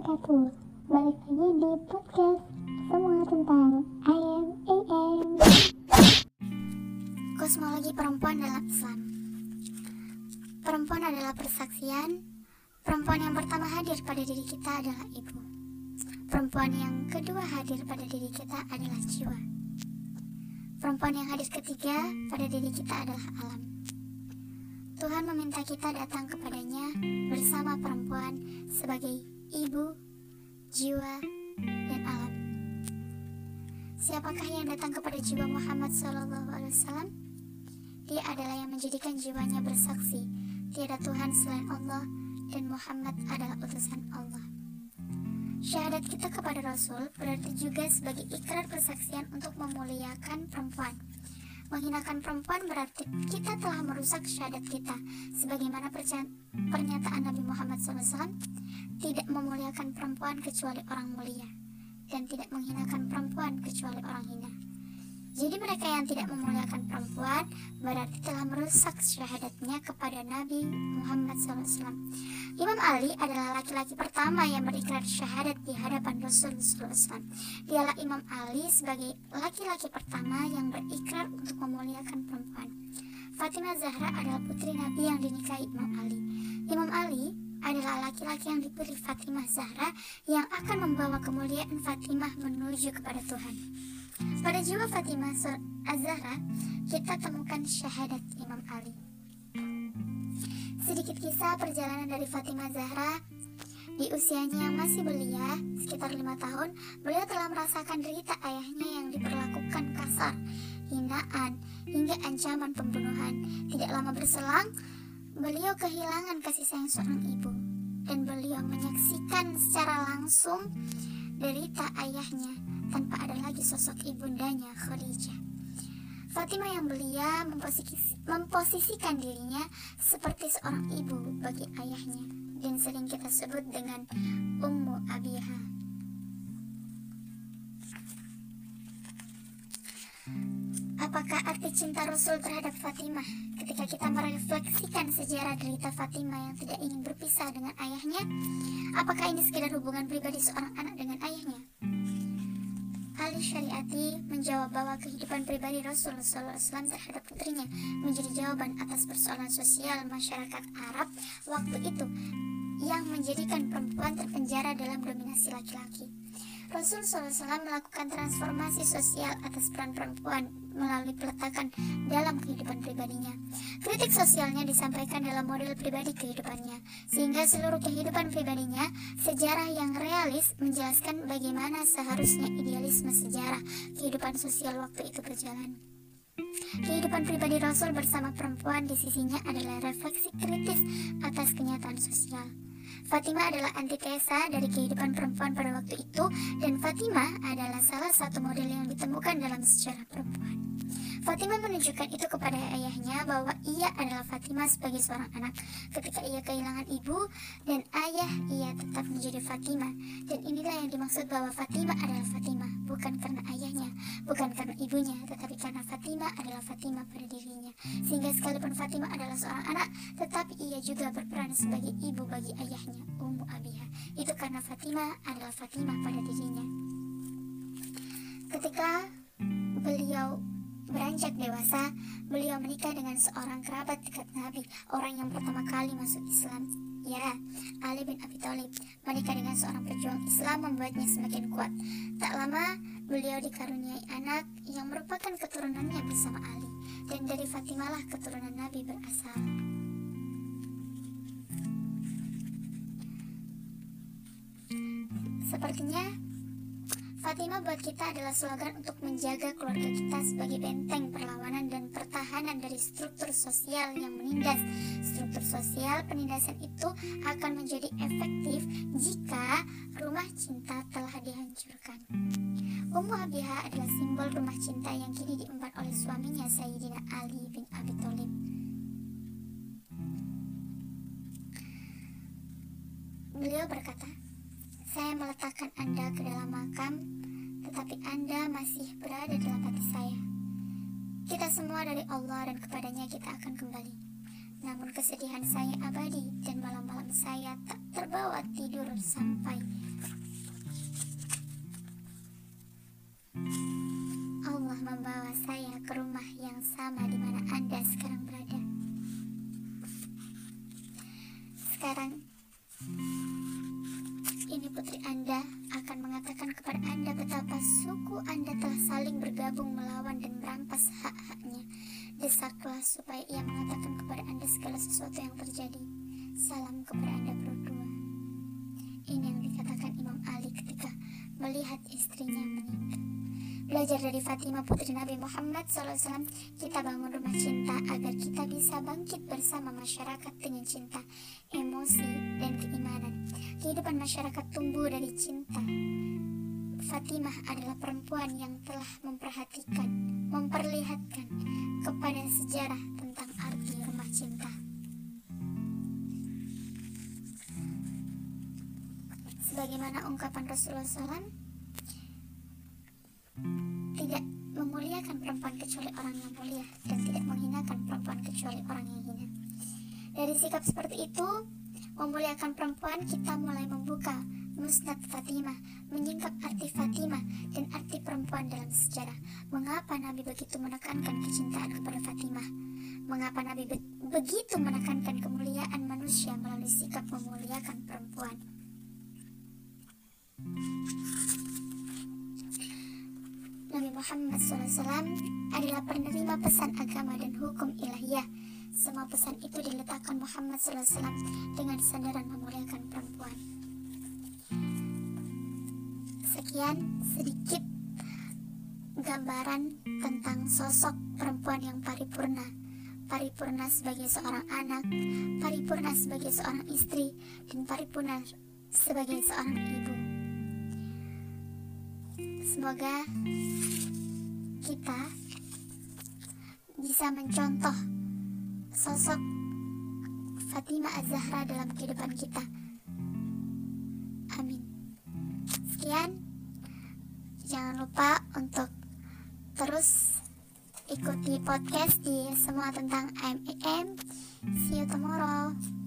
wabarakatuh. Balik lagi di podcast semua tentang AM. Kosmologi perempuan dalam Islam. Perempuan adalah persaksian. Perempuan yang pertama hadir pada diri kita adalah ibu. Perempuan yang kedua hadir pada diri kita adalah jiwa. Perempuan yang hadir ketiga pada diri kita adalah alam. Tuhan meminta kita datang kepadanya bersama perempuan sebagai ibu, jiwa, dan alam. Siapakah yang datang kepada jiwa Muhammad SAW? Dia adalah yang menjadikan jiwanya bersaksi, tiada Tuhan selain Allah dan Muhammad adalah utusan Allah. Syahadat kita kepada Rasul berarti juga sebagai ikrar persaksian untuk memuliakan perempuan. Menghinakan perempuan berarti kita telah merusak syahadat kita, sebagaimana pernyataan Nabi Muhammad SAW, tidak memuliakan perempuan kecuali orang mulia, dan tidak menghinakan perempuan kecuali orang hina. Jadi mereka yang tidak memuliakan perempuan berarti telah merusak syahadatnya kepada Nabi Muhammad SAW. Imam Ali adalah laki-laki pertama yang berikrar syahadat di hadapan Rasul SAW. Dialah Imam Ali sebagai laki-laki pertama yang berikrar untuk memuliakan perempuan. Fatimah Zahra adalah putri Nabi yang dinikahi Imam Ali. Imam Ali adalah laki-laki yang dipilih Fatimah Zahra yang akan membawa kemuliaan Fatimah menuju kepada Tuhan. Pada jiwa Fatimah Az-Zahra kita temukan syahadat Imam Ali. Sedikit kisah perjalanan dari Fatimah Zahra. Di usianya yang masih belia, sekitar 5 tahun, beliau telah merasakan derita ayahnya yang diperlakukan kasar, hinaan, hingga ancaman pembunuhan. Tidak lama berselang, beliau kehilangan kasih sayang seorang ibu, dan beliau menyaksikan secara langsung derita ayahnya tanpa ada lagi sosok ibundanya Khadijah. Fatimah yang belia memposisikan dirinya seperti seorang ibu bagi ayahnya, dan sering kita sebut dengan Ummu Abiha. Apakah arti cinta Rasul terhadap Fatimah? Ketika kita merefleksikan sejarah derita Fatimah yang tidak ingin berpisah dengan ayahnya, apakah ini sekedar hubungan pribadi seorang anak dengan ayahnya? Ali Syariati menjawab bahwa kehidupan pribadi Rasul SAW terhadap putrinya menjadi jawaban atas persoalan sosial masyarakat Arab waktu itu yang menjadikan perempuan terpenjara dalam dominasi laki-laki. Rasul SAW melakukan transformasi sosial atas peran perempuan melalui peletakan dalam kehidupan pribadinya. Kritik sosialnya disampaikan dalam model pribadi kehidupannya, sehingga seluruh kehidupan pribadinya, sejarah yang realis menjelaskan bagaimana seharusnya idealisme sejarah kehidupan sosial waktu itu berjalan. Kehidupan pribadi Rasul bersama perempuan di sisinya adalah refleksi kritis atas kenyataan sosial. Fatimah adalah antitesa dari kehidupan perempuan pada waktu itu, dan Fatimah adalah salah satu model yang ditemukan dalam sejarah perempuan. Fatimah menunjukkan itu kepada ayahnya bahwa ia adalah Fatimah sebagai seorang anak. Ketika ia kehilangan ibu dan ayah, ia tetap menjadi Fatimah. Dan inilah yang dimaksud bahwa Fatimah adalah Fatimah, bukan karena ayahnya, bukan karena ibunya, tetapi karena Fatimah adalah Fatimah pada dirinya. Sehingga sekalipun Fatimah adalah seorang anak, tetapi ia juga berperan sebagai ibu bagi ayahnya, Ummu Abiha. Itu karena Fatimah adalah Fatimah pada dirinya. Ketika beliau beranjak dewasa, beliau menikah dengan seorang kerabat dekat Nabi, orang yang pertama kali masuk Islam, ya, Ali bin Abi Thalib. Menikah dengan seorang pejuang Islam membuatnya semakin kuat. Tak lama, beliau dikaruniai anak yang merupakan keturunannya bersama Ali, dan dari Fatimah lah keturunan Nabi berasal. Sepertinya Fatimah buat kita adalah slogan untuk menjaga keluarga kita sebagai benteng perlawanan dan pertahanan dari struktur sosial yang menindas. Struktur sosial penindasan itu akan menjadi efektif jika rumah cinta telah dihancurkan. Ummu Abiha adalah simbol rumah cinta yang kini diemban oleh suaminya Sayyidina Ali bin Abi Thalib. Beliau berkata, "Saya meletakkan Anda ke dalam makam, tetapi Anda masih berada dalam hati saya. Kita semua dari Allah dan kepadanya kita akan kembali. Namun kesedihan saya abadi dan malam-malam saya tak terbawa tidur sampai membawa saya ke rumah yang sama di mana Anda sekarang berada. Sekarang ini putri Anda akan mengatakan kepada Anda betapa suku Anda telah saling bergabung melawan dan merampas hak-haknya. Desaklah supaya ia mengatakan kepada Anda segala sesuatu yang terjadi. Salam kepada Anda berdua. Ini yang dikatakan Imam Ali ketika melihat istrinya meninggal. Belajar dari Fatimah putri Nabi Muhammad SAW, kita bangun rumah cinta agar kita bisa bangkit bersama masyarakat dengan cinta, emosi, dan keimanan. Kehidupan masyarakat tumbuh dari cinta. Fatimah adalah perempuan yang telah memperlihatkan kepada sejarah tentang arti rumah cinta. Sebagaimana ungkapan Rasulullah SAW, tidak memuliakan perempuan kecuali orang yang mulia, dan tidak menghinakan perempuan kecuali orang yang hina. Dari sikap seperti itu, memuliakan perempuan, kita mulai membuka Musnad Fatimah, menyingkap arti Fatimah dan arti perempuan dalam sejarah. Mengapa Nabi begitu menekankan kecintaan kepada Fatimah? Mengapa Nabi begitu menekankan kemuliaan manusia melalui sikap memuliakan perempuan? Nabi Muhammad SAW adalah penerima pesan agama dan hukum ilahiyah. Semua pesan itu diletakkan Muhammad SAW dengan sandaran memuliakan perempuan. Sekian sedikit gambaran tentang sosok perempuan yang paripurna. Paripurna sebagai seorang anak, paripurna sebagai seorang istri, dan paripurna sebagai seorang ibu. Semoga kita bisa mencontoh sosok Fatimah Az-Zahra dalam kehidupan kita. Amin. Sekian. Jangan lupa untuk terus ikuti podcast di Semua Tentang IMEM. See you tomorrow.